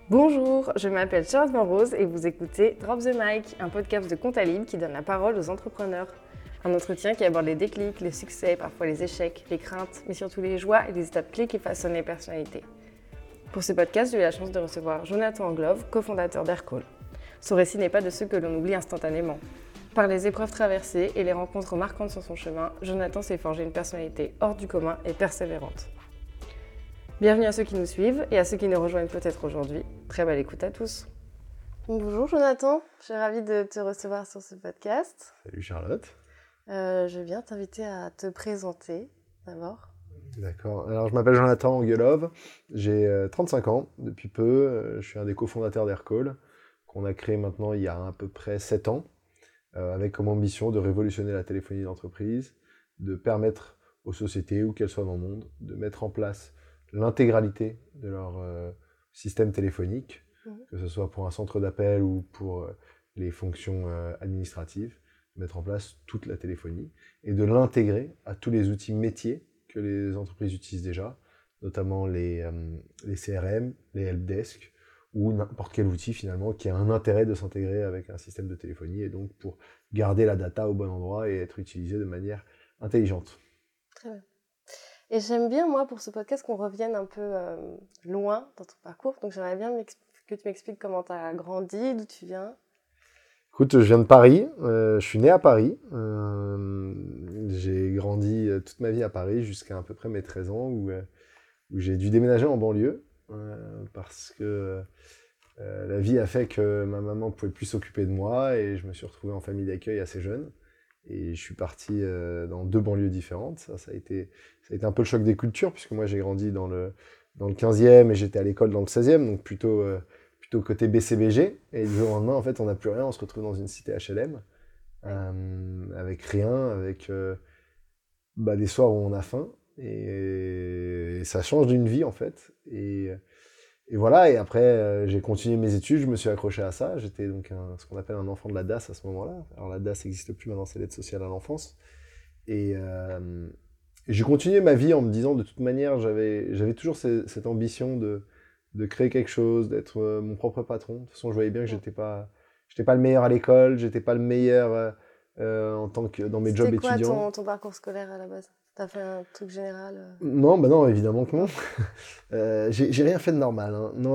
Bonjour, je m'appelle Charlotte Monrose et vous écoutez Drop the Mic, un podcast de Compta Libre qui donne la parole aux entrepreneurs. Un entretien qui aborde les déclics, les succès, parfois les échecs, les craintes, mais surtout les joies et les étapes clés qui façonnent les personnalités. Pour ce podcast, j'ai eu la chance de recevoir Jonathan Anglove, cofondateur d'Aircall. Son récit n'est pas de ceux que l'on oublie instantanément. Par les épreuves traversées et les rencontres marquantes sur son chemin, Jonathan s'est forgé une personnalité hors du commun et persévérante. Bienvenue à ceux qui nous suivent et à ceux qui nous rejoignent peut-être aujourd'hui. Très belle écoute à tous. Bonjour Jonathan, je suis ravie de te recevoir sur ce podcast. Salut Charlotte. Je viens t'inviter à te présenter d'abord. D'accord. Alors je m'appelle Jonathan Anglove, j'ai 35 ans depuis peu. Je suis un des cofondateurs d'Aircall qu'on a créé maintenant il y a à peu près 7 ans avec comme ambition de révolutionner la téléphonie d'entreprise, de permettre aux sociétés, où qu'elles soient dans le monde, de mettre en place l'intégralité de leur système téléphonique, que ce soit pour un centre d'appel ou pour les fonctions administratives, de mettre en place toute la téléphonie et de l'intégrer à tous les outils métiers que les entreprises utilisent déjà, notamment les CRM, les helpdesk ou n'importe quel outil finalement qui a un intérêt de s'intégrer avec un système de téléphonie et donc pour garder la data au bon endroit et être utilisé de manière intelligente. Très bien. Et j'aime bien, moi, pour ce podcast, qu'on revienne un peu loin dans ton parcours. Donc, j'aimerais bien que tu m'expliques comment tu as grandi, d'où tu viens. Écoute, je viens de Paris. Je suis né à Paris. J'ai grandi toute ma vie à Paris jusqu'à à peu près mes 13 ans où j'ai dû déménager en banlieue parce que la vie a fait que ma maman ne pouvait plus s'occuper de moi et je me suis retrouvé en famille d'accueil assez jeune. Et je suis parti dans 2 banlieues différentes. Ça a été un peu le choc des cultures, puisque moi j'ai grandi dans le 15e et j'étais à l'école dans le 16e, donc plutôt côté BCBG. Et du jour au lendemain, en fait, on n'a plus rien, on se retrouve dans une cité HLM, avec rien, avec des soirs où on a faim. Et ça change d'une vie, en fait. Et voilà, et après, j'ai continué mes études, je me suis accroché à ça. J'étais donc ce qu'on appelle un enfant de la DAS à ce moment-là. Alors la DAS n'existe plus maintenant, c'est l'aide sociale à l'enfance. Et j'ai continué ma vie en me disant, de toute manière, j'avais toujours cette ambition de créer quelque chose, d'être mon propre patron. De toute façon, je voyais bien que j'étais pas le meilleur à l'école, j'étais pas le meilleur en tant que dans mes jobs étudiants. C'était quoi ton parcours scolaire à la base ? T'as fait un truc général Non, non, évidemment que non. J'ai rien fait de normal. Hein. Non,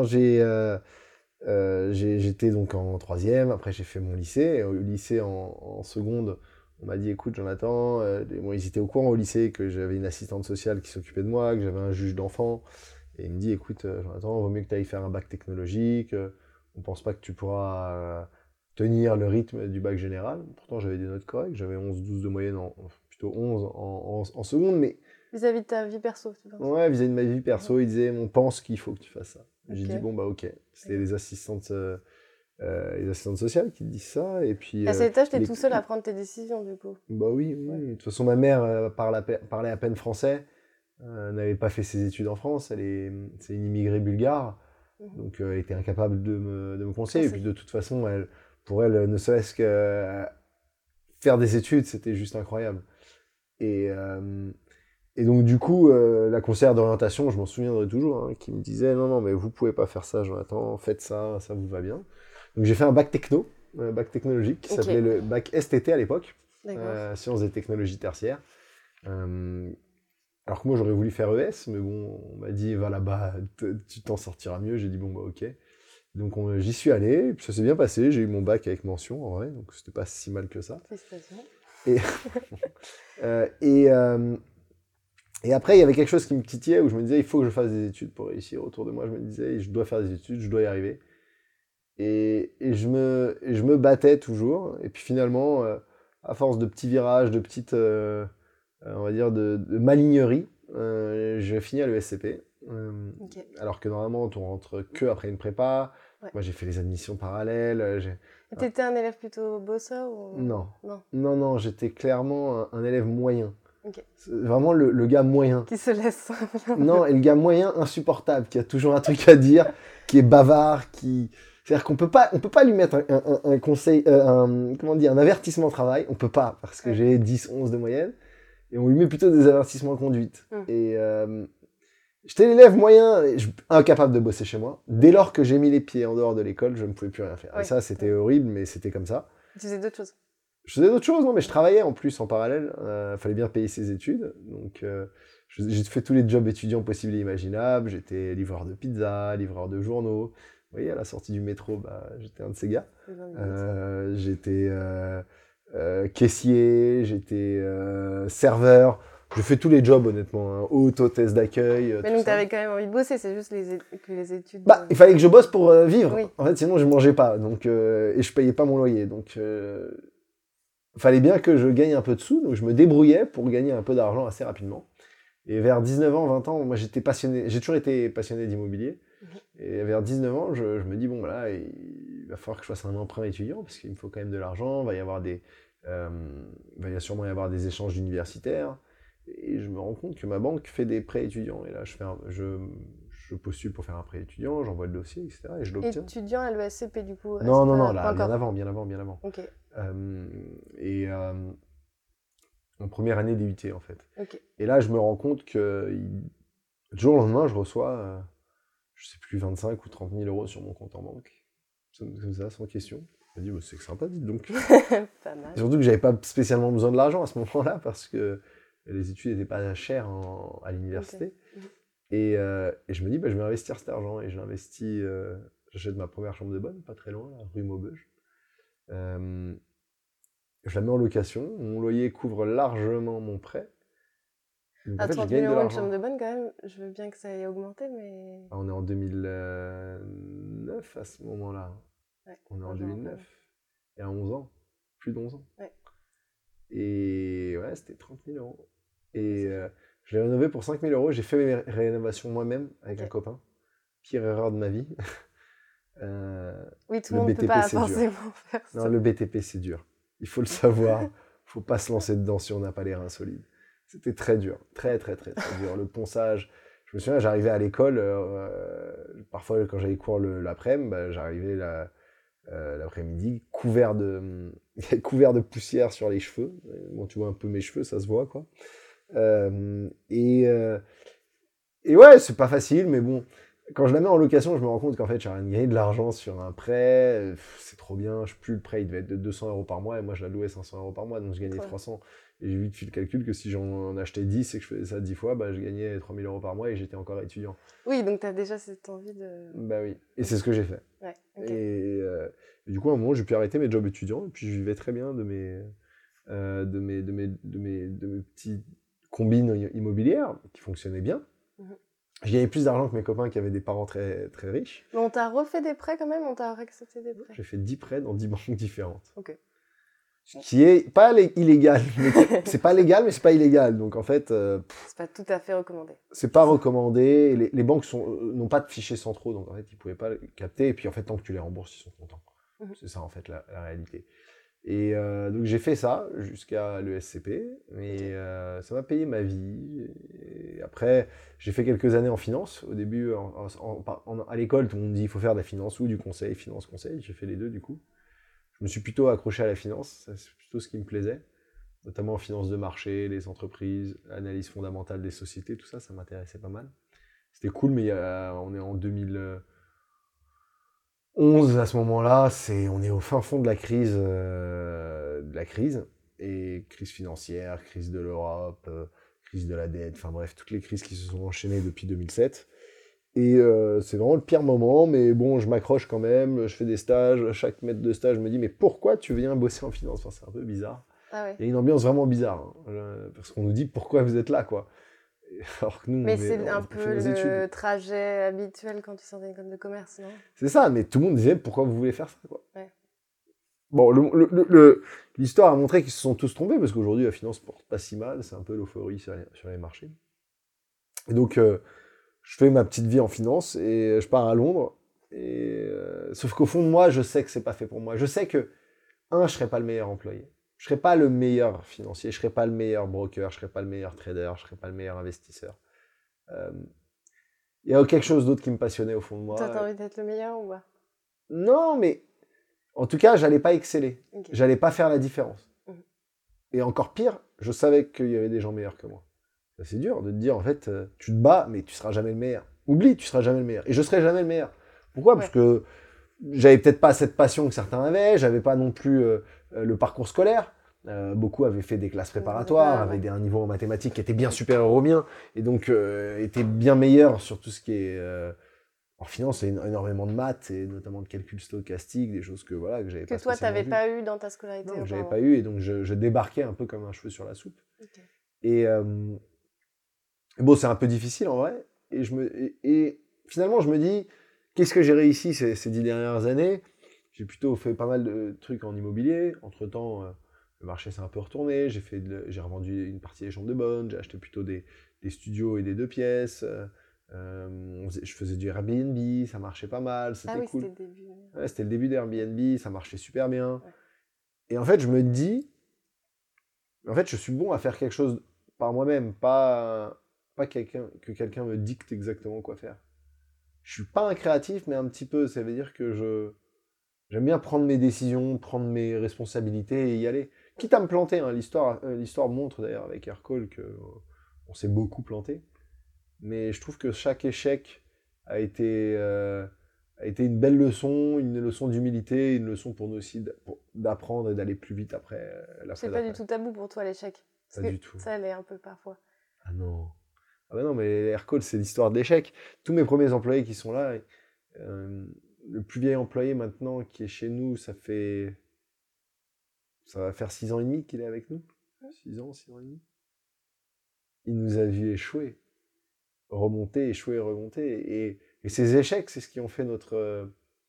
j'étais donc en 3e, après j'ai fait mon lycée. Et au lycée, en seconde, on m'a dit, écoute Jonathan, ils étaient au courant au lycée que j'avais une assistante sociale qui s'occupait de moi, que j'avais un juge d'enfants. Et il me dit, écoute Jonathan, il vaut mieux que tu ailles faire un bac technologique. On pense pas que tu pourras tenir le rythme du bac général. Pourtant, j'avais des notes correctes, j'avais 11-12 de moyenne, plutôt 11 en seconde, mais... Vis-à-vis de ta vie perso, tu penses ? Ouais, vis-à-vis de ma vie perso, il disait, on pense qu'il faut que tu fasses ça. Okay. J'ai dit, bon, ok. C'était les assistantes sociales qui te disent ça, et puis... À cet âge, t'es tout seul à prendre tes décisions, du coup ? Bah oui. De toute façon, ma mère parlait à peine français, n'avait pas fait ses études en France, c'est une immigrée bulgare, donc elle était incapable de me conseiller, et puis de toute façon, pour elle, ne serait-ce que faire des études, c'était juste incroyable. Et donc du coup, la conseillère d'orientation, je m'en souviendrai toujours, qui me disait « Non, mais vous pouvez pas faire ça, Jonathan, faites ça, ça vous va bien. » Donc j'ai fait un bac techno, bac technologique, qui s'appelait le bac STT à l'époque, Sciences et technologies tertiaires. Alors que moi, j'aurais voulu faire ES, mais bon, on m'a dit « Va là-bas, tu t'en sortiras mieux. » J'ai dit « Bon, ok. » Donc j'y suis allé, et puis ça s'est bien passé, j'ai eu mon bac avec mention, en vrai, donc c'était pas si mal que ça. Félicitations. Et après, il y avait quelque chose qui me titillait, où je me disais, il faut que je fasse des études pour réussir. Autour de moi, je me disais, je dois faire des études, je dois y arriver. Et je me battais toujours. Et puis finalement, à force de petits virages, de petites, on va dire, de malignerie, j'ai fini à l'ESCP. Alors que normalement, on rentre que après une prépa. Ouais. Moi, j'ai fait les admissions parallèles. T'étais un élève plutôt bosseur ou... Non, j'étais clairement un élève moyen. Okay. C'est vraiment le gars moyen. Qui se laisse. Non, et le gars moyen insupportable, qui a toujours un truc à dire, qui est bavard, C'est-à-dire qu'on peut pas lui mettre un conseil, un avertissement au travail, on peut pas, parce que j'ai 10, 11 de moyenne, et on lui met plutôt des avertissements en conduite. Et J'étais l'élève moyen, incapable de bosser chez moi. Dès lors que j'ai mis les pieds en dehors de l'école, je ne pouvais plus rien faire. Ouais. Et ça, c'était horrible, mais c'était comme ça. Tu faisais d'autres choses? Je faisais d'autres choses, non, mais je travaillais en plus en parallèle. Fallait bien payer ses études. Donc, j'ai fait tous les jobs étudiants possibles et imaginables. J'étais livreur de pizza, livreur de journaux. Vous voyez, à la sortie du métro, j'étais un de ces gars. J'étais caissier, j'étais serveur. Je fais tous les jobs, honnêtement. Hein. Hôtesse d'accueil. Mais donc, tu avais quand même envie de bosser, c'est juste que les études. Il fallait que je bosse pour vivre. Oui. En fait, sinon, je mangeais pas. Donc, et je payais pas mon loyer. Donc, fallait bien que je gagne un peu de sous. Donc, je me débrouillais pour gagner un peu d'argent assez rapidement. Et vers 19 ans, 20 ans, moi, j'étais passionné. J'ai toujours été passionné d'immobilier. Et vers 19 ans, je me dis, bon, voilà, il va falloir que je fasse un emprunt étudiant parce qu'il me faut quand même de l'argent. Il va sûrement y avoir des échanges universitaires. Et je me rends compte que ma banque fait des prêts étudiants. Et là, je postule pour faire un prêt étudiant, j'envoie le dossier, etc. Et je l'obtiens. Étudiant à l'ESCP, du coup? Non, là, bien avant. Ok. En première année DUT, en fait. Okay. Et là, je me rends compte que du jour au lendemain, je reçois, je sais plus, 25 ou 30 000 euros sur mon compte en banque. Comme ça, sans question. Je me dis, c'est sympa, dites donc. Pas mal. Et surtout que j'avais pas spécialement besoin de l'argent à ce moment-là, parce que les études n'étaient pas chères à l'université. Okay. Et je me dis, je vais investir cet argent. Et j'investis, j'achète ma première chambre de bonne, pas très loin, là, rue Maubeuge. Je la mets en location. Mon loyer couvre largement mon prêt. Donc, à 30 000 euros une chambre de bonne, quand même, je veux bien que ça ait augmenté, mais... On est en 2009 à ce moment-là. Ouais, on est en 2009. Il y a 11 ans. Plus d'11 ans. Ouais. Et ouais, c'était 30 000 euros. Et je l'ai rénové pour 5 000 euros. J'ai fait mes rénovations moi-même avec un copain. Pire erreur de ma vie. Oui, tout le monde ne peut pas forcément faire ça. Non, le BTP, c'est dur. Il faut le savoir. Il ne faut pas se lancer dedans si on n'a pas les reins solides. C'était très dur. Très dur. Le ponçage. Je me souviens, j'arrivais à l'école. Parfois, quand j'avais cours l'après-midi, j'arrivais l'après-midi couvert de poussière sur les cheveux. Bon, tu vois un peu mes cheveux, ça se voit, quoi. Et ouais, c'est pas facile, mais bon, quand je la mets en location, je me rends compte qu'en fait, j'ai rien gagné de l'argent sur un prêt. C'est trop bien. Le prêt, il devait être de 200 euros par mois, et moi, je la louais 500 euros par mois, donc je gagnais 300. Et j'ai vite fait le calcul que si j'en achetais 10 et que je faisais ça 10 fois, je gagnais 3 000 euros par mois et j'étais encore étudiant. Oui, donc tu as déjà cette envie de... Oui, et c'est ce que j'ai fait. Ouais, okay. Et du coup, à un moment, j'ai pu arrêter mes jobs étudiants, et puis je vivais très bien de mes petites combines immobilières qui fonctionnaient bien. Je gagnais plus d'argent que mes copains qui avaient des parents très, très riches. Mais on t'a refait des prêts quand même? On t'a accepté des prêts? J'ai fait 10 prêts dans 10 banques différentes. Ok. Ce qui est pas illégal. C'est pas légal, mais c'est pas illégal. Donc en fait... c'est pas tout à fait recommandé. C'est pas recommandé. Les banques n'ont pas de fichiers centraux, donc en fait, ils pouvaient pas les capter. Et puis en fait, tant que tu les rembourses, ils sont contents. C'est ça en fait la réalité. Et donc j'ai fait ça jusqu'à l'ESCP, mais ça m'a payé ma vie. Et après, j'ai fait quelques années en finance. Au début, à l'école, tout le monde dit il faut faire de la finance ou du conseil, finance-conseil. J'ai fait les deux du coup. Je me suis plutôt accroché à la finance, c'est plutôt ce qui me plaisait, notamment en finance de marché, les entreprises, l'analyse fondamentale des sociétés, tout ça, ça m'intéressait pas mal. C'était cool, mais on est en 2011 à ce moment-là, on est au fin fond de la crise, et crise financière, crise de l'Europe, crise de la dette, enfin bref, toutes les crises qui se sont enchaînées depuis 2007. Et c'est vraiment le pire moment, mais bon, je m'accroche quand même, je fais des stages, chaque maître de stage me dit « Mais pourquoi tu viens bosser en finance ?» Enfin, c'est un peu bizarre. Ah ouais. Il y a une ambiance vraiment bizarre, hein, parce qu'on nous dit « Pourquoi vous êtes là ?» quoi. Alors que nous, mais c'est un peu le trajet habituel quand tu sors d'une école de commerce, non? C'est ça, mais tout le monde disait « Pourquoi vous voulez faire ça ?» quoi. Ouais. Bon, l'histoire a montré qu'ils se sont tous trompés, parce qu'aujourd'hui, la finance porte pas si mal, c'est un peu l'euphorie sur les marchés. Et donc... je fais ma petite vie en finance et je pars à Londres. Sauf qu'au fond de moi, je sais que c'est pas fait pour moi. Je sais que, je serai pas le meilleur employé. Je serai pas le meilleur financier. Je serai pas le meilleur broker. Je serai pas le meilleur trader. Je serai pas le meilleur investisseur. Il y a quelque chose d'autre qui me passionnait au fond de moi. Toi, t'as envie d'être le meilleur ou pas? Non, mais en tout cas, j'allais pas exceller. Okay. J'allais pas faire la différence. Et encore pire, je savais qu'il y avait des gens meilleurs que moi. C'est dur de te dire, en fait, tu te bats, mais tu seras jamais le meilleur. Oublie, tu seras jamais le meilleur. Et je serai jamais le meilleur. Pourquoi ? Parce que j'avais peut-être pas cette passion que certains avaient, j'avais pas non plus le parcours scolaire. Beaucoup avaient fait des classes préparatoires, avaient un niveau en mathématiques qui était bien supérieur au mien, et donc étaient bien meilleurs sur tout ce qui est en finance, c'est énormément de maths, et notamment de calcul stochastique, des choses que j'avais pas spécialement vues. Que toi, t'avais pas eu dans ta scolarité. Non, j'avais pas eu, et donc je débarquais un peu comme un cheveu sur la soupe. Okay. Et bon, c'est un peu difficile en vrai. Et finalement, je me dis, qu'est-ce que j'ai réussi ces 10 dernières années ? J'ai plutôt fait pas mal de trucs en immobilier. Entre-temps, le marché s'est un peu retourné. J'ai revendu une partie des chambres de bonne. J'ai acheté plutôt des studios et des 2 pièces. Je faisais du Airbnb, ça marchait pas mal, c'était cool. C'était le début. Ouais, c'était le début d'Airbnb, ça marchait super bien. Ouais. Et en fait, je me dis, en fait, je suis bon à faire quelque chose par moi-même, pas que quelqu'un me dicte exactement quoi faire. Je suis pas un créatif, mais un petit peu. Ça veut dire que j'aime bien prendre mes décisions, prendre mes responsabilités et y aller. Quitte à me planter, hein. L'histoire montre d'ailleurs avec Aircall qu'on s'est beaucoup planté. Mais je trouve que chaque échec a été une belle leçon, une leçon d'humilité, une leçon pour nous aussi d'apprendre et d'aller plus vite après la fois C'est pas du tout tabou pour toi l'échec. Pas du tout. Ça l'est un peu parfois. Ah non. Ah bah non, mais Aircall, c'est l'histoire de l'échec. Tous mes premiers employés qui sont là, le plus vieil employé maintenant qui est chez nous, ça va faire 6 ans et demi qu'il est avec nous. 6 ans et demi. Il nous a vu échouer. Remonter, échouer, remonter. Et ces échecs, c'est ce qui ont fait notre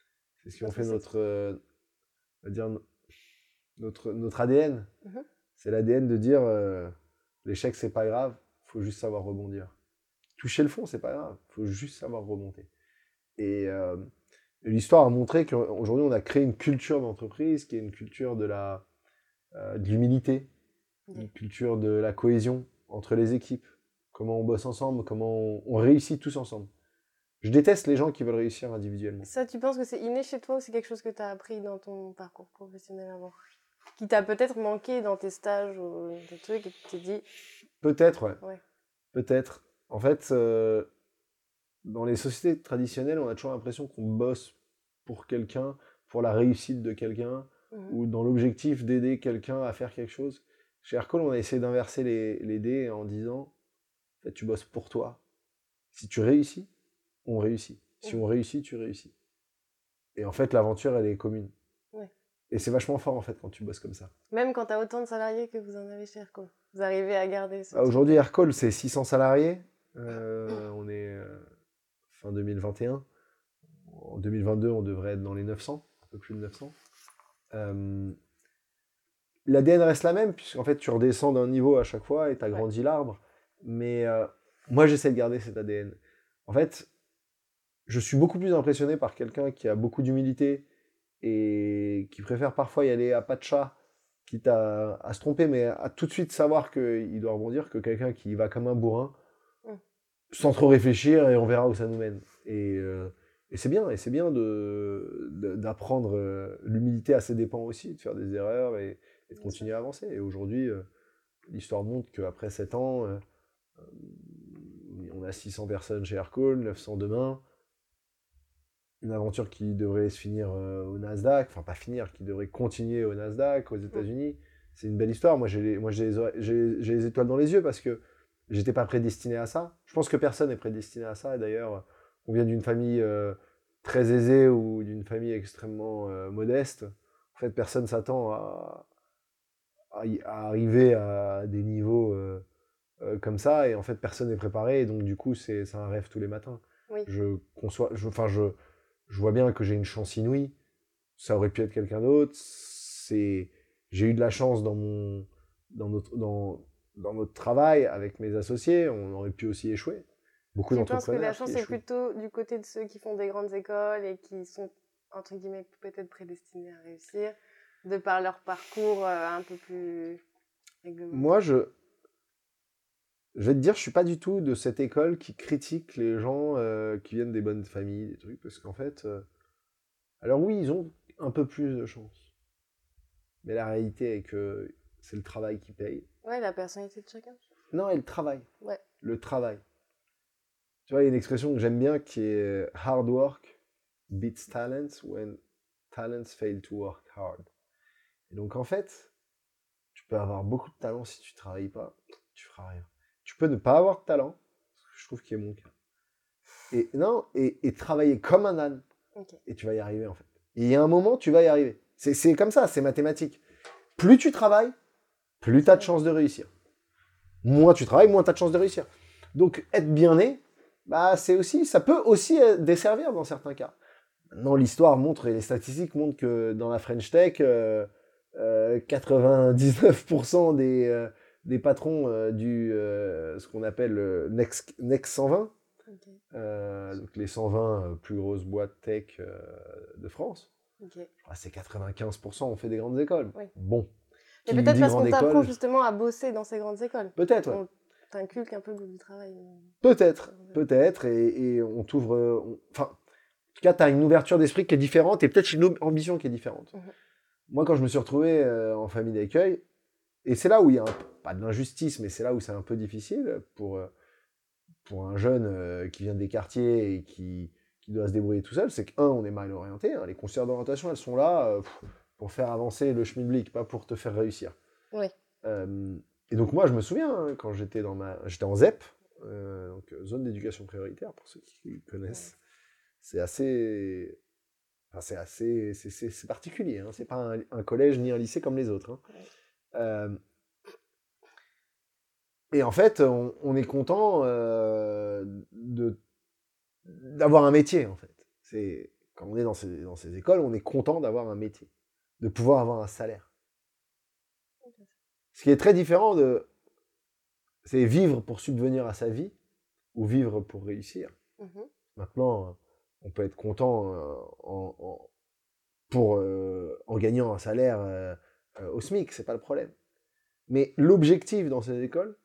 ADN. Mm-hmm. C'est l'ADN de dire l'échec, c'est pas grave, faut juste savoir rebondir. Toucher le fond, c'est pas grave, faut juste savoir remonter. Et l'histoire a montré qu'aujourd'hui, on a créé une culture d'entreprise qui est une culture de l'humilité, une culture de la cohésion entre les équipes. Comment on bosse ensemble, comment on réussit tous ensemble. Je déteste les gens qui veulent réussir individuellement. Ça, tu penses que c'est inné chez toi ou c'est quelque chose que tu as appris dans ton parcours professionnel avant ? Qui t'a peut-être manqué dans tes stages ou des trucs et tu t'es dit... Peut-être, ouais. Peut-être. En fait, dans les sociétés traditionnelles, on a toujours l'impression qu'on bosse pour quelqu'un, pour la réussite de quelqu'un, ou dans l'objectif d'aider quelqu'un à faire quelque chose. Chez Aircall, on a essayé d'inverser les dés en disant, en fait, tu bosses pour toi. Si tu réussis, on réussit. Si on réussit, tu réussis. Et en fait, l'aventure, elle est commune. Ouais. Et c'est vachement fort, en fait, quand tu bosses comme ça. Même quand tu as autant de salariés que vous en avez chez Aircall. Vous arrivez à garder ce aujourd'hui, Aircall, c'est 600 salariés. On est fin 2021. En 2022, on devrait être dans les 900, un peu plus de 900. L'ADN reste la même, puisqu'en fait, tu redescends d'un niveau à chaque fois et tu agrandis l'arbre. Mais moi, j'essaie de garder cet ADN. En fait, je suis beaucoup plus impressionné par quelqu'un qui a beaucoup d'humilité et qui préfère parfois y aller à pas de chat, quitte à se tromper, mais à tout de suite savoir qu'il doit rebondir, que quelqu'un qui va comme un bourrin, sans trop réfléchir, et on verra où ça nous mène. Et c'est bien, d'apprendre l'humilité à ses dépens aussi, de faire des erreurs et de continuer à avancer. Et aujourd'hui, l'histoire montre qu'après 7 ans, on a 600 personnes chez Aircall, 900 demain. Une aventure qui devrait se finir au Nasdaq, enfin pas finir, qui devrait continuer au Nasdaq, aux États-Unis. C'est une belle histoire. Moi, j'ai les étoiles dans les yeux parce que j'étais pas prédestiné à ça. Je pense que personne n'est prédestiné à ça. Et d'ailleurs, on vient d'une famille très aisée ou d'une famille extrêmement modeste. En fait, personne s'attend à arriver à des niveaux comme ça. Et en fait, personne n'est préparé. Et donc, du coup, c'est un rêve tous les matins. Oui. Je vois bien que j'ai une chance inouïe. Ça aurait pu être quelqu'un d'autre. J'ai eu de la chance dans notre travail avec mes associés. On aurait pu aussi échouer. Beaucoup d'entrepreneurs. Tu penses que la chance est plutôt du côté de ceux qui font des grandes écoles et qui sont, entre guillemets, peut-être prédestinés à réussir, de par leur parcours un peu plus réglementé? Moi, je vais te dire, je suis pas du tout de cette école qui critique les gens qui viennent des bonnes familles, des trucs, parce qu'en fait, alors oui, ils ont un peu plus de chance. Mais la réalité est que c'est le travail qui paye. Ouais, la personnalité de chacun. Non, et le travail. Ouais. Le travail. Tu vois, il y a une expression que j'aime bien qui est hard work beats talents when talents fail to work hard. Et donc, en fait, tu peux avoir beaucoup de talent si tu travailles pas, tu feras rien. Tu peux ne pas avoir de talent, ce que je trouve qui est mon cas. Et non, et travailler comme un âne, Ok. et tu vas y arriver, en fait. Et il y a un moment, tu vas y arriver. C'est comme ça, c'est mathématique. Plus tu travailles, plus tu as de chances de réussir. Moins tu travailles, moins tu as de chances de réussir. Donc, être bien né, bah, ça peut aussi desservir dans certains cas. Maintenant, l'histoire montre et les statistiques montrent que dans la French Tech, 99% des patrons ce qu'on appelle le Next 120, Ok. donc les 120 plus grosses boîtes tech de France, Ok. c'est 95% ont fait des grandes écoles. Oui. Bon. Mais Qui peut-être dit parce grande qu'on t'apprend école, justement à bosser dans ces grandes écoles. peut-être, ouais. On t'inculque un peu le goût du travail. Peut-être, et on t'ouvre. Enfin, en tout cas, tu as une ouverture d'esprit qui est différente et peut-être une ambition qui est différente. Mhm. Moi, quand je me suis retrouvé en famille d'accueil, et c'est là où il y a pas de l'injustice, mais c'est là où c'est un peu difficile pour un jeune qui vient des quartiers et qui doit se débrouiller tout seul, c'est on est mal orienté. Hein, les conseillères d'orientation, elles sont là pour faire avancer le schmilblick, pas pour te faire réussir. Oui. Et donc moi, je me souviens, hein, quand j'étais en ZEP, donc zone d'éducation prioritaire, pour ceux qui connaissent, c'est assez... Enfin, c'est particulier, hein, c'est pas un collège ni un lycée comme les autres. Hein. Ouais. Et en fait, on est content d'avoir un métier, en fait. Quand on est dans ces écoles, on est content d'avoir un métier, de pouvoir avoir un salaire. Ce qui est très différent c'est vivre pour subvenir à sa vie ou vivre pour réussir. Mhm. Maintenant, on peut être content en gagnant un salaire au SMIC, c'est pas le problème. Mais l'objectif dans ces écoles,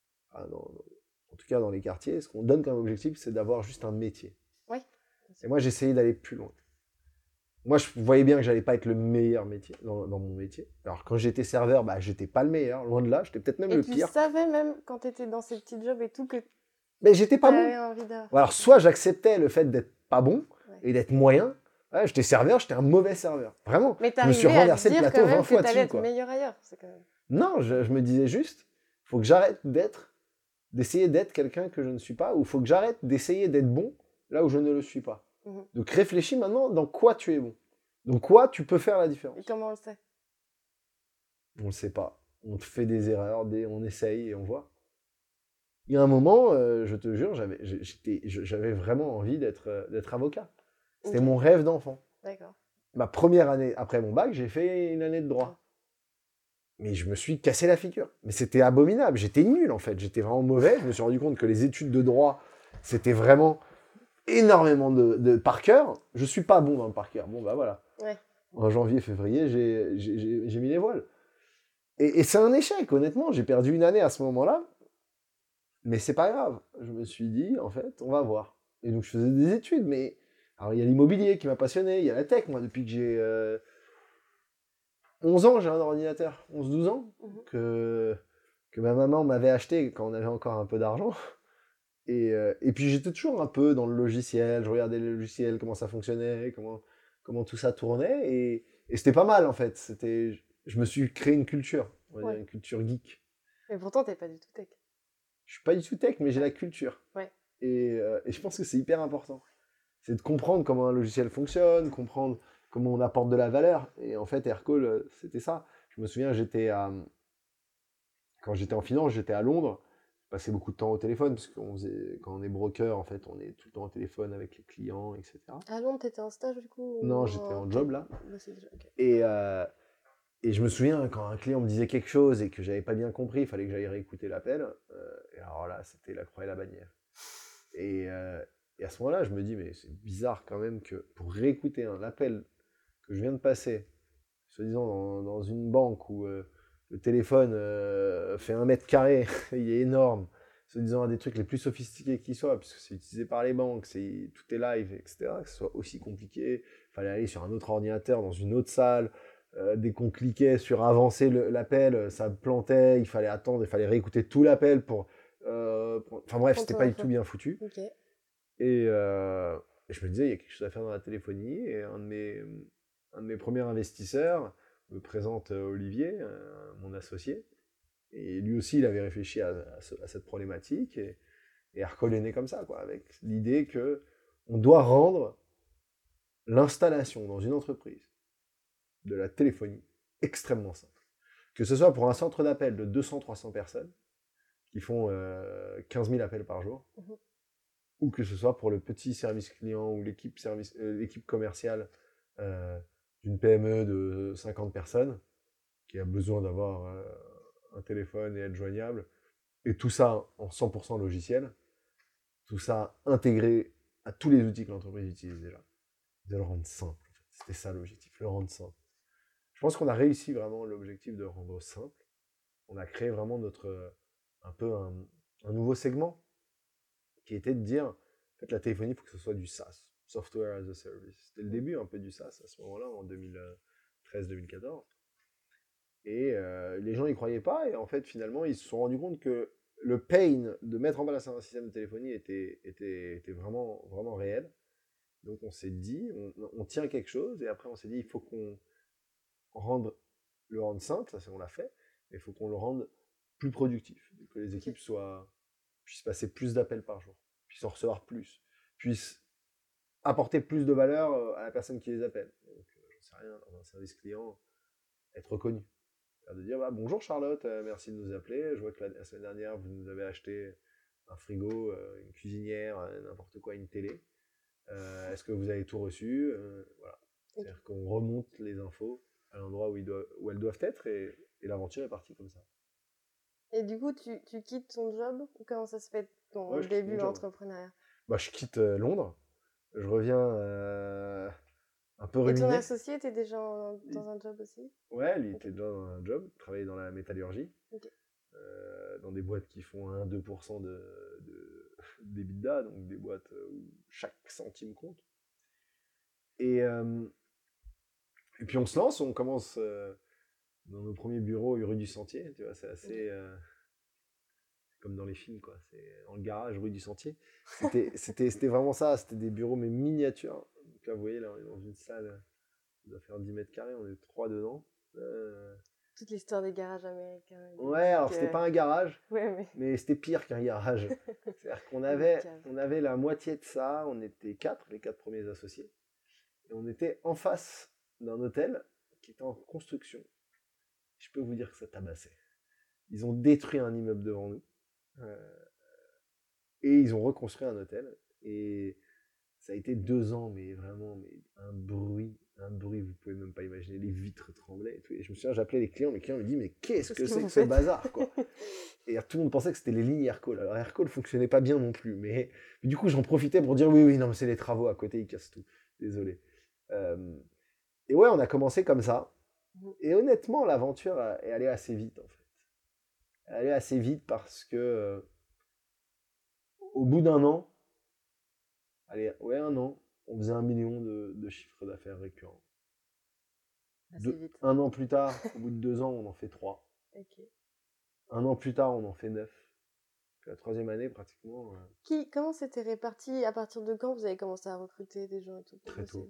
en tout cas dans les quartiers, ce qu'on donne comme objectif, c'est d'avoir juste un métier. Oui. Et moi, j'essayais d'aller plus loin. Moi, je voyais bien que j'allais pas être le meilleur métier dans mon métier. Alors, quand j'étais serveur, j'étais pas le meilleur, loin de là, j'étais peut-être même le pire. Et tu savais même, quand tu étais dans ces petits jobs et tout, que Mais j'étais pas bon. envie de... Alors, soit j'acceptais le fait d'être pas bon et d'être moyen. Ouais, j'étais serveur, j'étais un mauvais serveur. Vraiment. Mais je me suis renversé le plateau 20 fois dessus. Être meilleur ailleurs. Quand même... Non, je me disais juste, faut que j'arrête d'essayer d'être quelqu'un que je ne suis pas, ou faut que j'arrête d'essayer d'être bon là où je ne le suis pas. Mhm. Donc réfléchis maintenant dans quoi tu es bon. Dans quoi tu peux faire la différence. Et comment on le sait? On ne sait pas. On fait des erreurs, on essaye et on voit. Il y a un moment, je te jure, j'avais vraiment envie d'être avocat. C'était mon rêve d'enfant. D'accord. Ma première année après mon bac, j'ai fait une année de droit. Mais je me suis cassé la figure. Mais c'était abominable. J'étais nul, en fait. J'étais vraiment mauvais. Je me suis rendu compte que les études de droit, c'était vraiment énormément de par cœur. Je suis pas bon dans le par cœur. Bon, bah voilà. Ouais. En janvier, février, j'ai mis les voiles. Et c'est un échec, honnêtement. J'ai perdu une année à ce moment-là. Mais c'est pas grave. Je me suis dit, en fait, on va voir. Et donc, je faisais des études. Mais alors, il y a l'immobilier qui m'a passionné. Il y a la tech, moi, depuis que j'ai 11 ans, j'ai un ordinateur. 11-12 ans. Que ma maman m'avait acheté quand on avait encore un peu d'argent. Et puis j'étais toujours un peu dans le logiciel, je regardais les logiciels, comment ça fonctionnait, comment tout ça tournait, et c'était pas mal en fait. Je me suis créé une culture, on va dire une culture geek. Mais pourtant, t'es pas du tout tech. Je suis pas du tout tech, mais j'ai la culture. Ouais. Et je pense que c'est hyper important. C'est de comprendre comment un logiciel fonctionne, comprendre comment on apporte de la valeur. Et en fait, Aircall, c'était ça. Je me souviens, quand j'étais en finance, j'étais à Londres. Je passais beaucoup de temps au téléphone, parce que quand on est broker, en fait, on est tout le temps au téléphone avec les clients, etc. À Londres, t'étais en stage du coup? Non, j'étais en job là. Okay. Et je me souviens, quand un client me disait quelque chose et que j'avais pas bien compris, il fallait que j'aille réécouter l'appel. Et alors là, c'était la croix et la bannière. Et à ce moment-là, je me dis, mais c'est bizarre quand même que pour réécouter un appel que je viens de passer, soi-disant dans une banque où le téléphone fait 1 mètre carré, il est énorme, se disant un des trucs les plus sophistiqués qui soient, puisque c'est utilisé par les banques, tout est live, etc., que ce soit aussi compliqué, il fallait aller sur un autre ordinateur, dans une autre salle, dès qu'on cliquait sur avancer l'appel, ça plantait, il fallait attendre, il fallait réécouter tout l'appel Enfin bref, c'était pas du tout bien foutu. Okay. Et je me disais, il y a quelque chose à faire dans la téléphonie. Et un de mes premiers investisseurs me présente Olivier, mon associé. Et lui aussi, il avait réfléchi à cette problématique. Et Aircall est né comme ça, quoi, avec l'idée qu'on doit rendre l'installation dans une entreprise de la téléphonie extrêmement simple. Que ce soit pour un centre d'appel de 200-300 personnes qui font 15 000 appels par jour, ou que ce soit pour le petit service client ou l'équipe commerciale d'une PME de 50 personnes qui a besoin d'avoir un téléphone et être joignable, et tout ça en 100% logiciel, tout ça intégré à tous les outils que l'entreprise utilise déjà. De le rendre simple, en fait. C'était ça l'objectif, le rendre simple. Je pense qu'on a réussi vraiment l'objectif de rendre simple. On a créé vraiment un nouveau segment qui était de dire, en fait, la téléphonie, il faut que ce soit du SaaS, Software as a Service. C'était le début un peu du SaaS à ce moment-là, en 2013-2014. Et les gens n'y croyaient pas, et en fait, finalement, ils se sont rendus compte que le pain de mettre en place un système de téléphonie était vraiment, vraiment réel. Donc on s'est dit, on tient quelque chose, et après on s'est dit, il faut qu'on le rende simple, ça on l'a fait, mais il faut qu'on le rende plus productif, que les équipes puissent passer plus d'appels par jour, puissent en recevoir plus, puissent apporter plus de valeur à la personne qui les appelle. Donc, j'en sais rien, dans un service client, être reconnu. De dire, bah, bonjour Charlotte, merci de nous appeler, je vois que la semaine dernière, vous nous avez acheté un frigo, une cuisinière, n'importe quoi, une télé. Est-ce que vous avez tout reçu? Voilà. C'est-à-dire qu'on remonte les infos à l'endroit où elles doivent être, et l'aventure est partie comme ça. Et du coup, tu quittes ton job, ou comment ça se fait ton début d'entrepreneuriat? Bah, je quitte Londres, je reviens un peu ruiné. Et ton associé était déjà dans un job aussi? Ouais, il était déjà dans un job, travaillait dans la métallurgie, dans des boîtes qui font 1-2% d'EBITDA, donc des boîtes où chaque centime compte. Et puis on se lance, on commence dans nos premiers bureaux rue du Sentier, tu vois, c'est assez comme dans les films, quoi. C'est dans le garage rue du Sentier. C'était vraiment ça, c'était des bureaux mais miniatures. Donc là, vous voyez, là, on est dans une salle, ça doit faire 10 mètres carrés, on est 3 dedans. Toute l'histoire des garages américains. Ouais, alors c'était pas un garage, ouais, mais c'était pire qu'un garage. C'est-à-dire qu'on avait la moitié de ça, on était les 4 premiers associés, et on était en face d'un hôtel qui était en construction. Je peux vous dire que ça tabassait. Ils ont détruit un immeuble devant nous, et ils ont reconstruit un hôtel, et ça a été 2 ans, mais vraiment, mais un bruit, vous pouvez même pas imaginer, les vitres tremblaient et tout. Et je me souviens, j'appelais les clients me disaient, mais qu'est-ce que c'est que ce bazar, quoi? Et tout le monde pensait que c'était les lignes Aircall. Alors Aircall fonctionnait pas bien non plus, mais du coup j'en profitais pour dire oui, non, mais c'est les travaux à côté, ils cassent tout. Désolé. Et ouais, on a commencé comme ça. Et honnêtement, l'aventure est allée assez vite, en fait. Elle est allée assez vite parce que au bout d'un an, un an, on faisait 1 million de chiffre d'affaires récurrent. Un an plus tard, au bout de 2 ans, on en fait 3. Un an plus tard, on en fait 9. Puis la 3e année, pratiquement. Comment c'était réparti? À partir de quand vous avez commencé à recruter des gens et tout? Très tôt.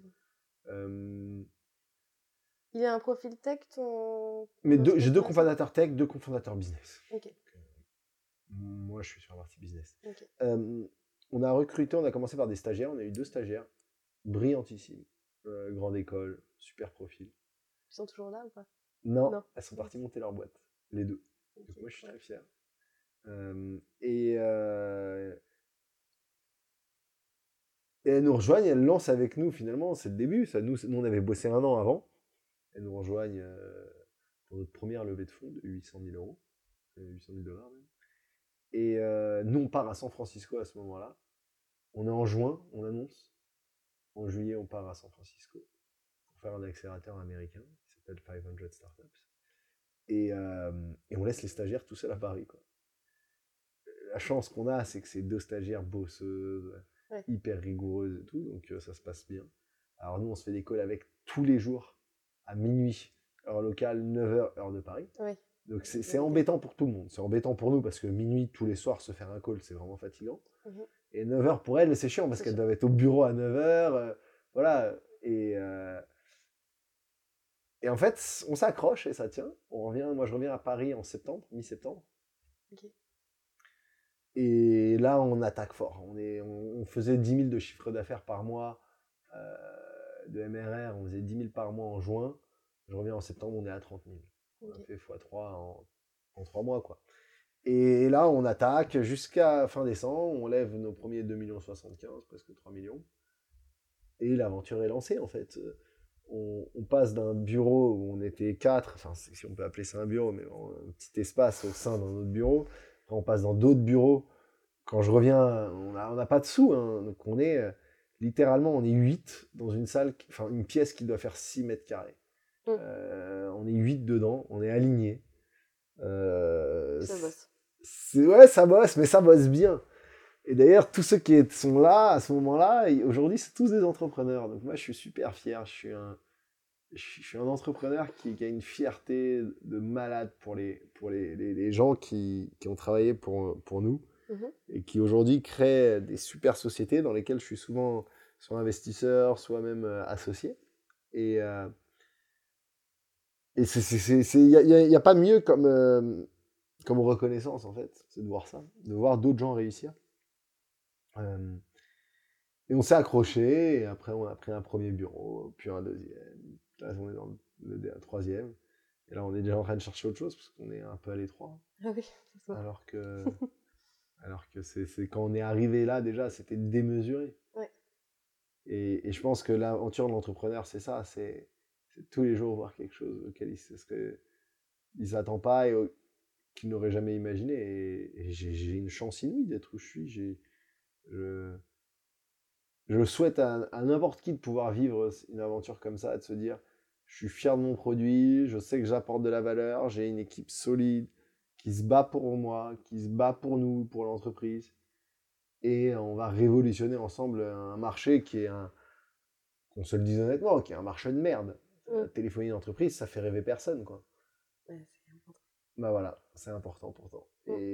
Il a un profil tech, Mais j'ai 2 cofondateurs tech, 2 cofondateurs business. Ok. Moi, je suis sur la partie business. Okay. On a commencé par des stagiaires. On a eu 2 stagiaires brillantissimes. Grande école, super profil. Ils sont toujours là ou pas? Non, elles sont parties monter leur boîte, les 2. Donc moi, je suis très fier. Et elles nous rejoignent, elles lancent avec nous, finalement, c'est le début. Nous, on avait bossé 1 an avant. Elles nous rejoignent pour notre première levée de fonds de 800 000 €, 800 000 $ même. Et nous, on part à San Francisco à ce moment-là. On est en juin, on annonce. En juillet, on part à San Francisco pour faire un accélérateur américain qui s'appelle 500 Startups. Et on laisse les stagiaires tout seuls à Paris, quoi. La chance qu'on a, c'est que c'est 2 stagiaires bosseuses, hyper rigoureuses et tout, donc ça se passe bien. Alors nous, on se fait des calls avec tous les jours, à minuit, heure locale, 9h, heure de Paris. Oui. Donc c'est embêtant pour tout le monde. C'est embêtant pour nous parce que minuit, tous les soirs, se faire un call, c'est vraiment fatigant. Et 9h pour elles, c'est chiant parce qu'elles doivent être au bureau à 9h. Voilà. Et en fait, on s'accroche et ça tient. Moi, je reviens à Paris en septembre, mi-septembre. Okay. Et là, on attaque fort. On faisait 10 000 de chiffre d'affaires par mois de MRR. On faisait 10 000 par mois en juin. Je reviens en septembre, on est à 30 000. Okay. On a fait x3 en 3 mois, quoi. Et là, on attaque jusqu'à fin décembre. On lève nos premiers 2,75 millions, presque 3 millions. Et l'aventure est lancée, en fait. On passe d'un bureau où on était 4, enfin, si on peut appeler ça un bureau, mais un petit espace au sein d'un autre bureau. Après, on passe dans d'autres bureaux. Quand je reviens, on n'a pas de sous. Hein, donc, on est littéralement, on est 8 dans une salle, enfin, une pièce qui doit faire 6 mètres carrés. On est 8 dedans, on est alignés. Ça bosse. Ouais, ça bosse, mais ça bosse bien. Et d'ailleurs, tous ceux qui sont là, à ce moment-là, aujourd'hui, c'est tous des entrepreneurs. Donc moi, je suis super fier. Je suis un entrepreneur qui a une fierté de malade pour les gens qui ont travaillé pour nous et qui aujourd'hui créent des super sociétés dans lesquelles je suis souvent soit investisseur, soit même associé. Et il n'y a pas mieux comme reconnaissance, en fait, c'est de voir ça, de voir d'autres gens réussir. Et on s'est accroché, et après on a pris un premier bureau, puis un deuxième, là on est dans le troisième, et là on est déjà en train de chercher autre chose, parce qu'on est un peu à l'étroit. Ah oui, c'est ça. Alors que c'est quand on est arrivé là, déjà, c'était démesuré. Ouais. Et je pense que l'aventure de l'entrepreneur, c'est ça, c'est tous les jours voir quelque chose auquel il s'attend pas et qu'il n'aurait jamais imaginé. Et j'ai une chance inouïe d'être où je suis. Je souhaite à n'importe qui de pouvoir vivre une aventure comme ça, de se dire, je suis fier de mon produit, je sais que j'apporte de la valeur, j'ai une équipe solide qui se bat pour moi, qui se bat pour nous, pour l'entreprise. Et on va révolutionner ensemble un marché qui est qu'on se le dise honnêtement, qui est un marché de merde. La téléphonie d'entreprise, ça fait rêver personne, quoi. Ouais, c'est important. Bah voilà, c'est important pourtant.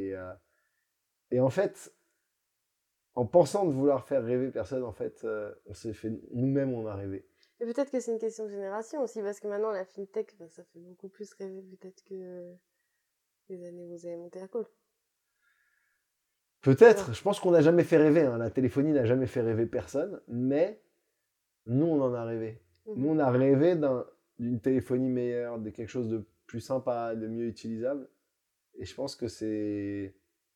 Et en fait, en pensant de vouloir faire rêver personne, en fait, on s'est fait, nous-mêmes, on a rêvé. Et peut-être que c'est une question de génération aussi, parce que maintenant, la fintech, ça fait beaucoup plus rêver peut-être que les années où vous avez monté la call. Peut-être, je pense qu'on n'a jamais fait rêver, hein. La téléphonie n'a jamais fait rêver personne, mais nous, on en a rêvé. Nous, on a rêvé d'une téléphonie meilleure, de quelque chose de plus sympa, de mieux utilisable. Et je pense que c'est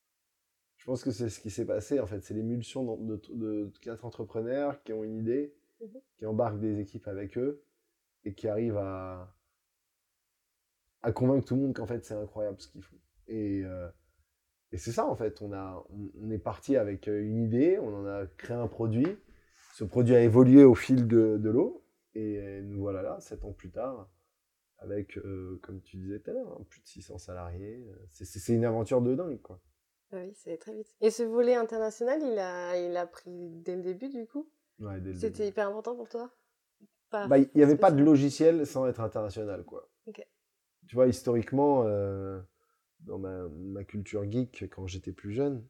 ce qui s'est passé, en fait. C'est l'émulsion de 4 entrepreneurs qui ont une idée, qui embarquent des équipes avec eux et qui arrivent à convaincre tout le monde qu'en fait, c'est incroyable ce qu'ils font. Et c'est ça, en fait. On est parti avec une idée, on en a créé un produit. Ce produit a évolué au fil de l'eau. Et nous voilà là, 7 ans plus tard, avec, comme tu disais tout à l'heure, hein, plus de 600 salariés. C'est une aventure de dingue, quoi. Oui, c'est très vite. Et ce volet international, il a pris dès le début, du coup? Ouais, dès le C'était début. hyper important pour toi? Il n'y avait pas de logiciel sans être international, quoi. Okay. Tu vois, historiquement, dans ma culture geek, quand j'étais plus jeune,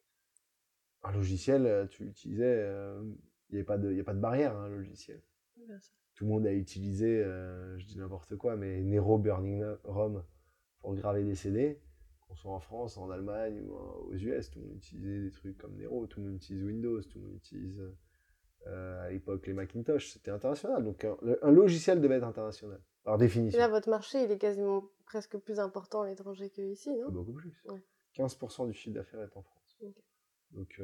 un logiciel, tu utilisais, il n'y a pas de barrière, hein, un logiciel. Bien sûr. Tout le monde a utilisé, je dis n'importe quoi, mais Nero Burning Rom pour graver des CD. Qu'on soit en France, en Allemagne ou aux US, tout le monde utilisait des trucs comme Nero, tout le monde utilise Windows, tout le monde utilise à l'époque les Macintosh, c'était international. Donc un logiciel devait être international, par définition. Et là, votre marché, il est quasiment presque plus important à l'étranger qu'ici, non? Beaucoup plus. Ouais. 15% du chiffre d'affaires est en France. Okay. Donc,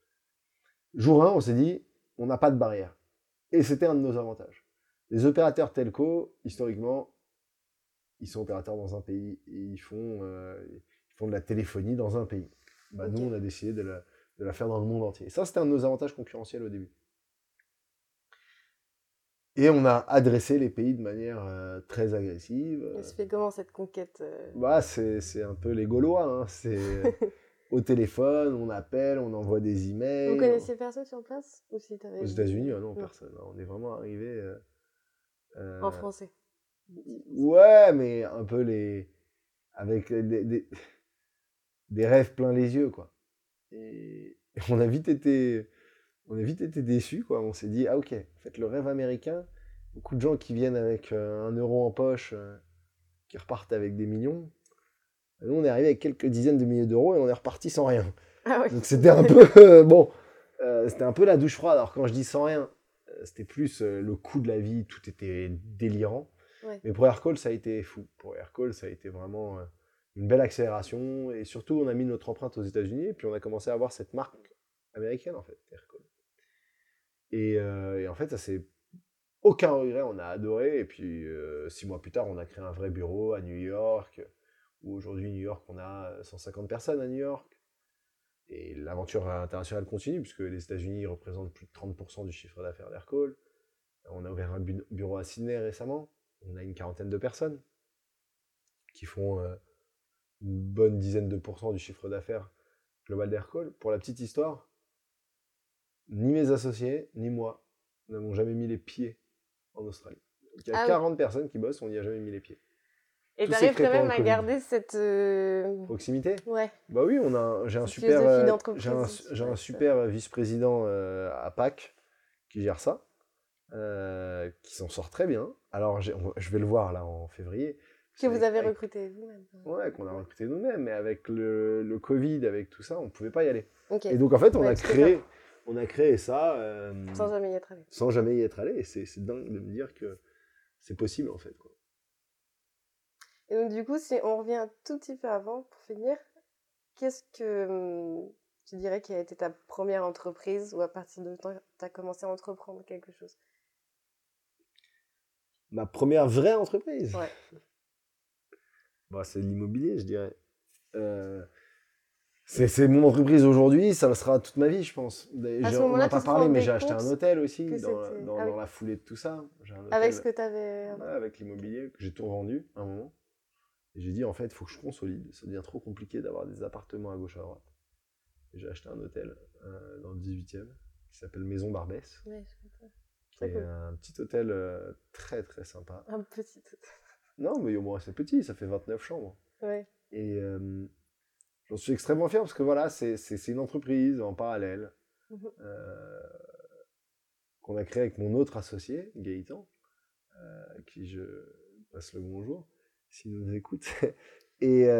jour 1, on s'est dit, on n'a pas de barrière. Et c'était un de nos avantages. Les opérateurs telco, historiquement, ils sont opérateurs dans un pays et ils font de la téléphonie dans un pays. Bah, okay. Nous, on a décidé de la faire dans le monde entier. Et ça, c'était un de nos avantages concurrentiels au début. Et on a adressé les pays de manière très agressive. Et ça fait comment cette conquête Bah, c'est un peu les Gaulois. Hein. C'est au téléphone, on appelle, on envoie des emails. Vous connaissiez personne sur place ou si Aux États-Unis, non, personne. On est vraiment arrivé. En français. Ouais, mais un peu avec des rêves plein les yeux, quoi. Et on a vite été déçus, quoi. On s'est dit, ah ok, en fait, le rêve américain, beaucoup de gens qui viennent avec 1 euro en poche, qui repartent avec des millions. Nous, on est arrivé avec quelques dizaines de milliers d'euros et on est reparti sans rien. Ah oui. Donc c'était un peu, c'était un peu la douche froide. Alors quand je dis sans rien, c'était plus le coût de la vie, tout était délirant. Ouais. Mais pour Aircall, ça a été fou. Pour Aircall, ça a été vraiment une belle accélération. Et surtout, on a mis notre empreinte aux États-Unis et puis on a commencé à avoir cette marque américaine, en fait, Aircall. Et en fait, ça c'est aucun regret, on a adoré. Et puis 6 mois plus tard, on a créé un vrai bureau à New York. Où aujourd'hui, New York, on a 150 personnes à New York. Et l'aventure internationale continue, puisque les États-Unis représentent plus de 30% du chiffre d'affaires d'Aircall. On a ouvert un bureau à Sydney récemment. On a une quarantaine de personnes qui font une bonne dizaine de pourcents du chiffre d'affaires global d'Aircall. Pour la petite histoire, ni mes associés, ni moi n'avons jamais mis les pieds en Australie. Donc, il y a 40 personnes qui bossent, on n'y a jamais mis les pieds. Et tu arrives quand même à garder cette proximité. Ouais. Bah oui, j'ai un super vice-président à Pâques qui gère ça, qui s'en sort très bien. Alors je vais le voir là en février. Que vous avez recruté vous-même. Ouais, qu'on a recruté nous-mêmes, mais avec le Covid, avec tout ça, on ne pouvait pas y aller. Okay. Et donc en fait, on a créé ça sans jamais y être allé. Sans jamais y être allé. Et c'est dingue de me dire que c'est possible en fait, quoi. Et donc du coup, si on revient un tout petit peu avant pour finir, qu'est-ce que tu dirais qui a été ta première entreprise ou à partir de quand tu as commencé à entreprendre quelque chose? Ma première vraie entreprise? Ouais. Bah, c'est l'immobilier, je dirais. C'est mon entreprise aujourd'hui, ça le sera toute ma vie, je pense. On n'a pas parlé, mais j'ai acheté un hôtel aussi dans la foulée de tout ça. Avec ce que tu avais... Ouais, avec l'immobilier, que j'ai tout revendu à un moment. Et j'ai dit, en fait, il faut que je consolide. Ça devient trop compliqué d'avoir des appartements à gauche à droite. Et j'ai acheté un hôtel dans le 18e qui s'appelle Maison Barbès. Ouais, je comprends. Qui est un petit hôtel très très sympa. Un petit hôtel. Non, mais au moins c'est petit, ça fait 29 chambres. Ouais. Et j'en suis extrêmement fier parce que voilà, c'est une entreprise en parallèle qu'on a créée avec mon autre associé, Gaëtan, à qui je passe le bonjour, s'il nous écoute. Et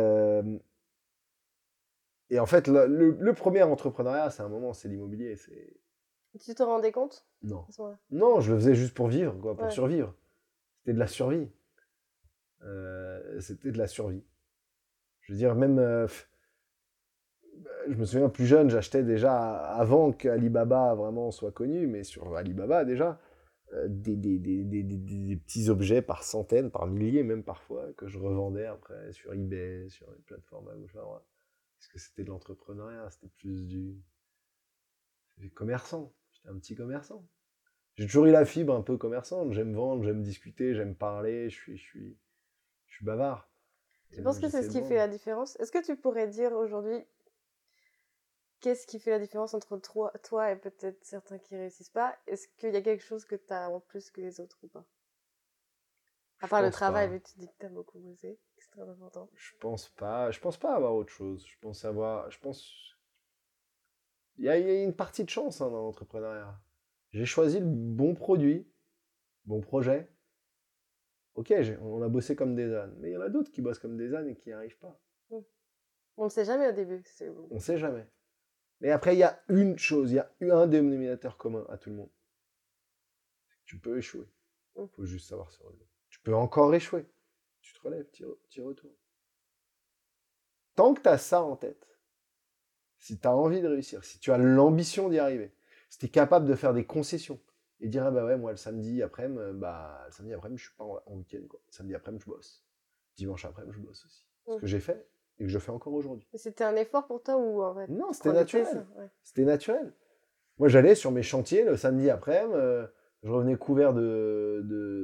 en fait, le premier entrepreneuriat, c'est un moment, c'est l'immobilier. Tu te rendais compte? Non. Non, je le faisais juste pour vivre, quoi, pour survivre. C'était de la survie. C'était de la survie. Je veux dire, même... je me souviens, plus jeune, j'achetais déjà, avant qu'Alibaba vraiment soit connu, mais sur Alibaba déjà, des petits objets par centaines, par milliers même parfois, que je revendais après sur eBay, sur les plateformes à gauche à droite. Parce que c'était de l'entrepreneuriat, c'était plus du commerçant. J'étais un petit commerçant. J'ai toujours eu la fibre un peu commerçante. J'aime vendre, j'aime discuter, j'aime parler, je suis bavard. Tu penses que c'est ce qui fait la différence? Est-ce que tu pourrais dire aujourd'hui qu'est-ce qui fait la différence entre toi et peut-être certains qui réussissent pas? Est-ce qu'il y a quelque chose que tu as en plus que les autres ou pas? À part le travail, mais tu dis que tu as beaucoup bossé, c'est très important. Je pense pas avoir autre chose. Il y a une partie de chance dans l'entrepreneuriat. J'ai choisi le bon produit, bon projet. Ok, on a bossé comme des ânes, mais il y en a d'autres qui bossent comme des ânes et qui n'y arrivent pas. On ne sait jamais au début. On ne sait jamais. Mais après, il y a une chose, il y a un dénominateur commun à tout le monde. Tu peux échouer. Il faut juste savoir se relever. Tu peux encore échouer. Tu te relèves, tu y retournes. Tant que tu as ça en tête, si tu as envie de réussir, si tu as l'ambition d'y arriver, si tu es capable de faire des concessions et dire, ah bah ouais, moi le samedi après-midi, je suis pas en week-end, quoi. Le samedi après-midi, je bosse. Dimanche après-midi, je bosse aussi. Ce que j'ai fait et que je fais encore aujourd'hui. C'était un effort pour toi ou en fait? Non, c'était naturel. C'était naturel. Moi, j'allais sur mes chantiers le samedi après-midi, je revenais couvert de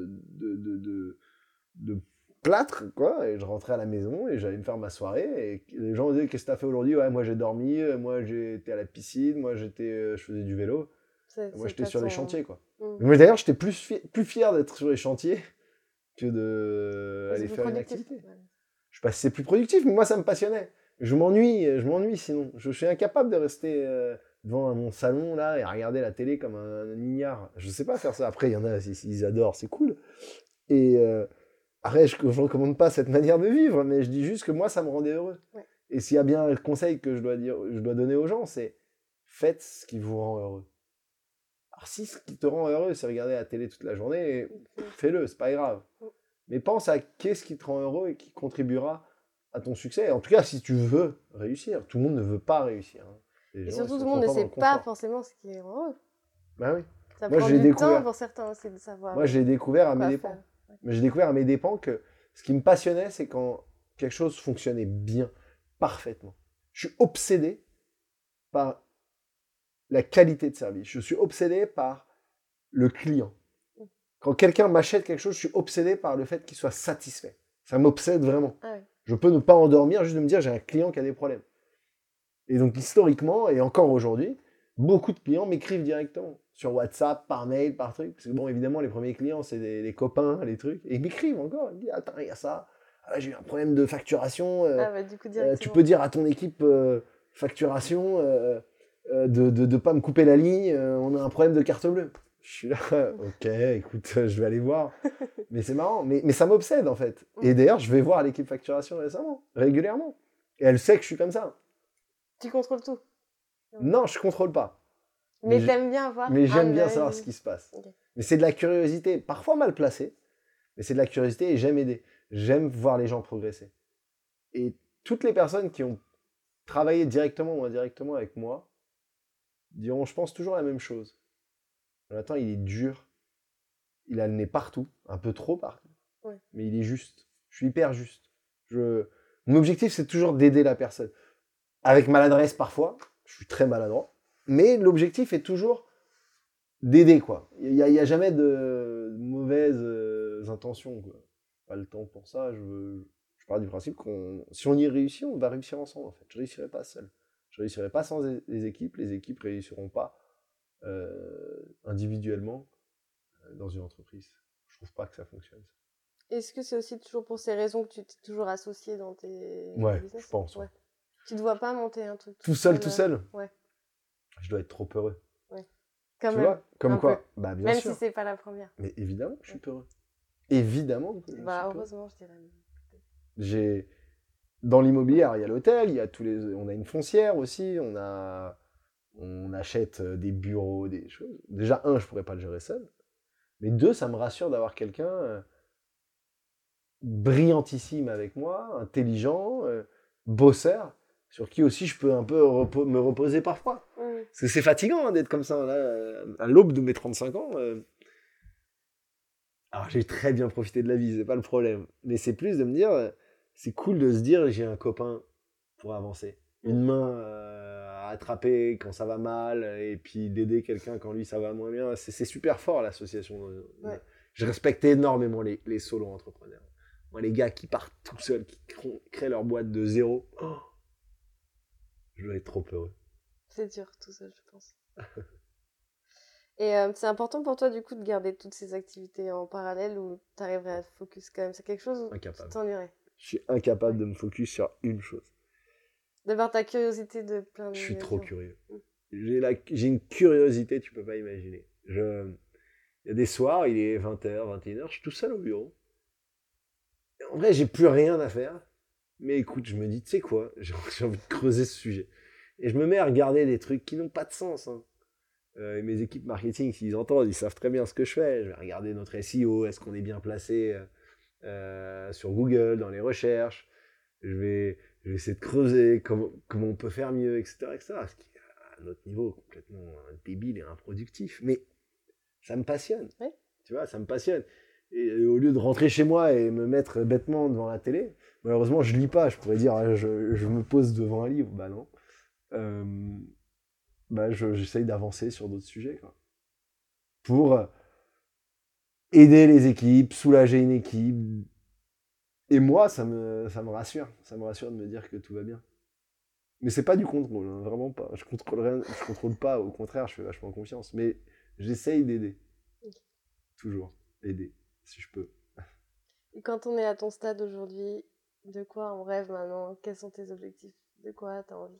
plâtre, quoi, et je rentrais à la maison et j'allais me faire ma soirée et les gens me disaient, qu'est-ce que t'as fait aujourd'hui? Ouais, moi j'ai dormi, moi j'étais à la piscine, moi je faisais du vélo, moi j'étais sur les chantiers, quoi. Mais d'ailleurs, j'étais plus fier d'être sur les chantiers que d'aller faire une productif. activité. Je sais pas si c'est plus productif, mais moi, ça me passionnait. Je m'ennuie sinon. Je suis incapable de rester devant mon salon là et à regarder la télé comme un ignare. Je sais pas faire ça. Après, il y en a, s'ils adorent, c'est cool. Et après, je ne recommande pas cette manière de vivre, mais je dis juste que moi, ça me rendait heureux. Ouais. Et s'il y a bien un conseil que je dois donner aux gens, c'est faites ce qui vous rend heureux. Alors si ce qui te rend heureux, c'est regarder la télé toute la journée, fais-le, c'est pas grave. Mais pense à qu'est-ce qui te rend heureux et qui contribuera à ton succès. En tout cas, si tu veux réussir. Tout le monde ne veut pas réussir. Hein. Et surtout, tout le monde ne sait pas forcément ce qui les rend heureux. Bah oui. Ça prend du temps pour certains aussi de savoir. Moi, j'ai découvert à mes dépens. Mais j'ai découvert à mes dépens que ce qui me passionnait, c'est quand quelque chose fonctionnait bien, parfaitement. Je suis obsédé par la qualité de service. Je suis obsédé par le client. Quand quelqu'un m'achète quelque chose, je suis obsédé par le fait qu'il soit satisfait. Ça m'obsède vraiment. Ah oui. Je peux ne pas endormir juste de me dire j'ai un client qui a des problèmes. Et donc historiquement, et encore aujourd'hui, beaucoup de clients m'écrivent directement. Sur WhatsApp, par mail, par truc. Parce que bon, évidemment, les premiers clients, c'est les copains, les trucs. Et ils m'écrivent encore. Ils me disent, attends, il y a ça. Ah, j'ai eu un problème de facturation. Du coup, tu peux dire à ton équipe facturation de ne pas me couper la ligne. On a un problème de carte bleue. Je suis là, ok, écoute, je vais aller voir. Mais c'est marrant. Mais ça m'obsède, en fait. Et d'ailleurs, je vais voir l'équipe facturation régulièrement. Et elle sait que je suis comme ça. Tu contrôles tout? Non, je contrôle pas. Mais t'aimes bien voir. Mais j'aime bien savoir ce qui se passe. Okay. Mais c'est de la curiosité, parfois mal placée, mais c'est de la curiosité et j'aime aider. J'aime voir les gens progresser. Et toutes les personnes qui ont travaillé directement ou indirectement avec moi diront, je pense toujours la même chose. Jonathan, il est dur. Il a le nez partout, un peu trop partout. Ouais. Mais il est juste. Je suis hyper juste. Mon objectif, c'est toujours d'aider la personne. Avec maladresse parfois, je suis très maladroit. Mais l'objectif est toujours d'aider, quoi. Il n'y a jamais de mauvaises intentions, quoi. Pas le temps pour ça. Je pars du principe si on y réussit, on va réussir ensemble, en fait. Je ne réussirai pas seul. Je ne réussirai pas sans les équipes. Les équipes ne réussiront pas individuellement dans une entreprise. Je ne trouve pas que ça fonctionne. Est-ce que c'est aussi toujours pour ces raisons que tu t'es toujours associé dans tes business ? Je pense. Ouais. Tu ne te vois pas monter un truc tout seul Ouais. Je dois être trop heureux. Ouais. Tu vois, comme quoi bah, bien même sûr. Si c'est pas la première. Mais évidemment que je suis heureux. Évidemment que je suis heureusement, je dirais. Dans l'immobilier, il y a l'hôtel, il y a on a une foncière aussi, on achète des bureaux, des choses. Déjà, je pourrais pas le gérer seul. Mais 2, ça me rassure d'avoir quelqu'un brillantissime avec moi, intelligent, bosseur, sur qui aussi je peux un peu me reposer parfois. Parce que c'est fatigant d'être comme ça, là, à l'aube de mes 35 ans. Alors j'ai très bien profité de la vie, c'est pas le problème. Mais c'est plus de me dire, c'est cool de se dire, j'ai un copain pour avancer. Une main à attraper quand ça va mal, et puis d'aider quelqu'un quand lui ça va moins bien. C'est super fort l'association. Ouais. Je respecte énormément les solo-entrepreneurs. Moi, les gars qui partent tout seuls, qui créent leur boîte de zéro, je dois être trop heureux. C'est dur tout seul, je pense. Et c'est important pour toi, du coup, de garder toutes ces activités en parallèle ou tu arriverais à te focus quand même? C'est quelque chose où tu t'ennuierais? Je suis incapable de me focus sur une chose. D'avoir ta curiosité de plein de... Je suis trop curieux. J'ai une curiosité, tu peux pas imaginer. Il y a des soirs, il est 20h, 21h, je suis tout seul au bureau. En vrai, j'ai plus rien à faire. Mais écoute, je me dis, tu sais quoi, j'ai envie de creuser ce sujet. Et je me mets à regarder des trucs qui n'ont pas de sens. Hein. Mes équipes marketing, s'ils entendent, ils savent très bien ce que je fais. Je vais regarder notre SEO, est-ce qu'on est bien placé sur Google, dans les recherches. Je vais essayer de creuser comment on peut faire mieux, etc. Ce qui est à notre niveau complètement débile et improductif. Mais ça me passionne. Oui. Tu vois, ça me passionne. Et au lieu de rentrer chez moi et me mettre bêtement devant la télé, malheureusement, je lis pas. Je pourrais dire, je me pose devant un livre. Bah non. J'essaye d'avancer sur d'autres sujets, quoi. Pour aider les équipes, soulager une équipe. Et moi, ça me rassure. Ça me rassure de me dire que tout va bien. Mais c'est pas du contrôle, hein, vraiment pas. Je contrôle pas, au contraire, je fais vachement confiance. Mais j'essaye d'aider. Okay. Toujours aider, si je peux. Et quand on est à ton stade aujourd'hui, de quoi on rêve maintenant? Quels sont tes objectifs? De quoi tu as envie?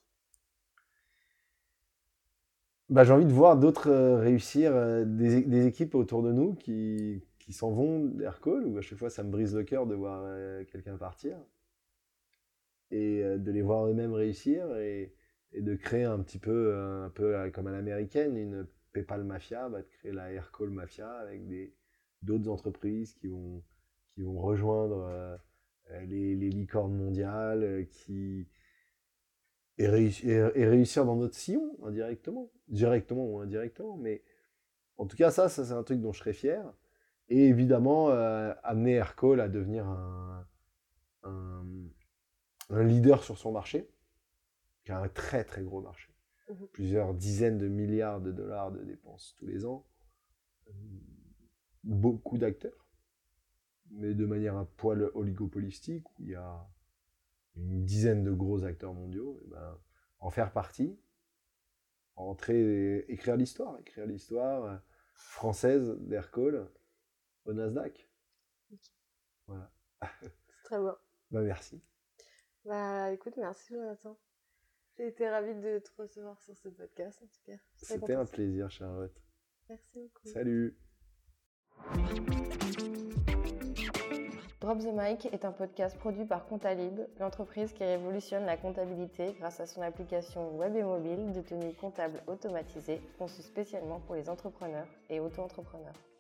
J'ai envie de voir d'autres réussir, des équipes autour de nous qui s'en vont d'Aircall, où à chaque fois ça me brise le cœur de voir quelqu'un partir, et de les voir eux-mêmes réussir, et de créer un peu comme à l'américaine, une PayPal Mafia, de créer la Aircall Mafia avec d'autres entreprises qui vont rejoindre les licornes mondiales, et réussir dans notre sillon, indirectement, directement ou indirectement. Mais en tout cas, ça c'est un truc dont je serais fier. Et évidemment, amener Aircall à devenir un, un leader sur son marché, qui a un très très gros marché. Plusieurs dizaines de milliards de dollars de dépenses tous les ans. Beaucoup d'acteurs, mais de manière un poil oligopolistique, où il y a une dizaine de gros acteurs mondiaux. Et en faire partie, écrire l'histoire française d'Aircall au Nasdaq. Okay. Voilà. C'est très beau. Merci. Écoute, merci Jonathan. J'ai été ravie de te recevoir sur ce podcast en tout cas. C'était un plaisir, Charlotte. Merci beaucoup. Salut. Drop the Mic est un podcast produit par Comptalib, l'entreprise qui révolutionne la comptabilité grâce à son application web et mobile de tenue comptable automatisée conçue spécialement pour les entrepreneurs et auto-entrepreneurs.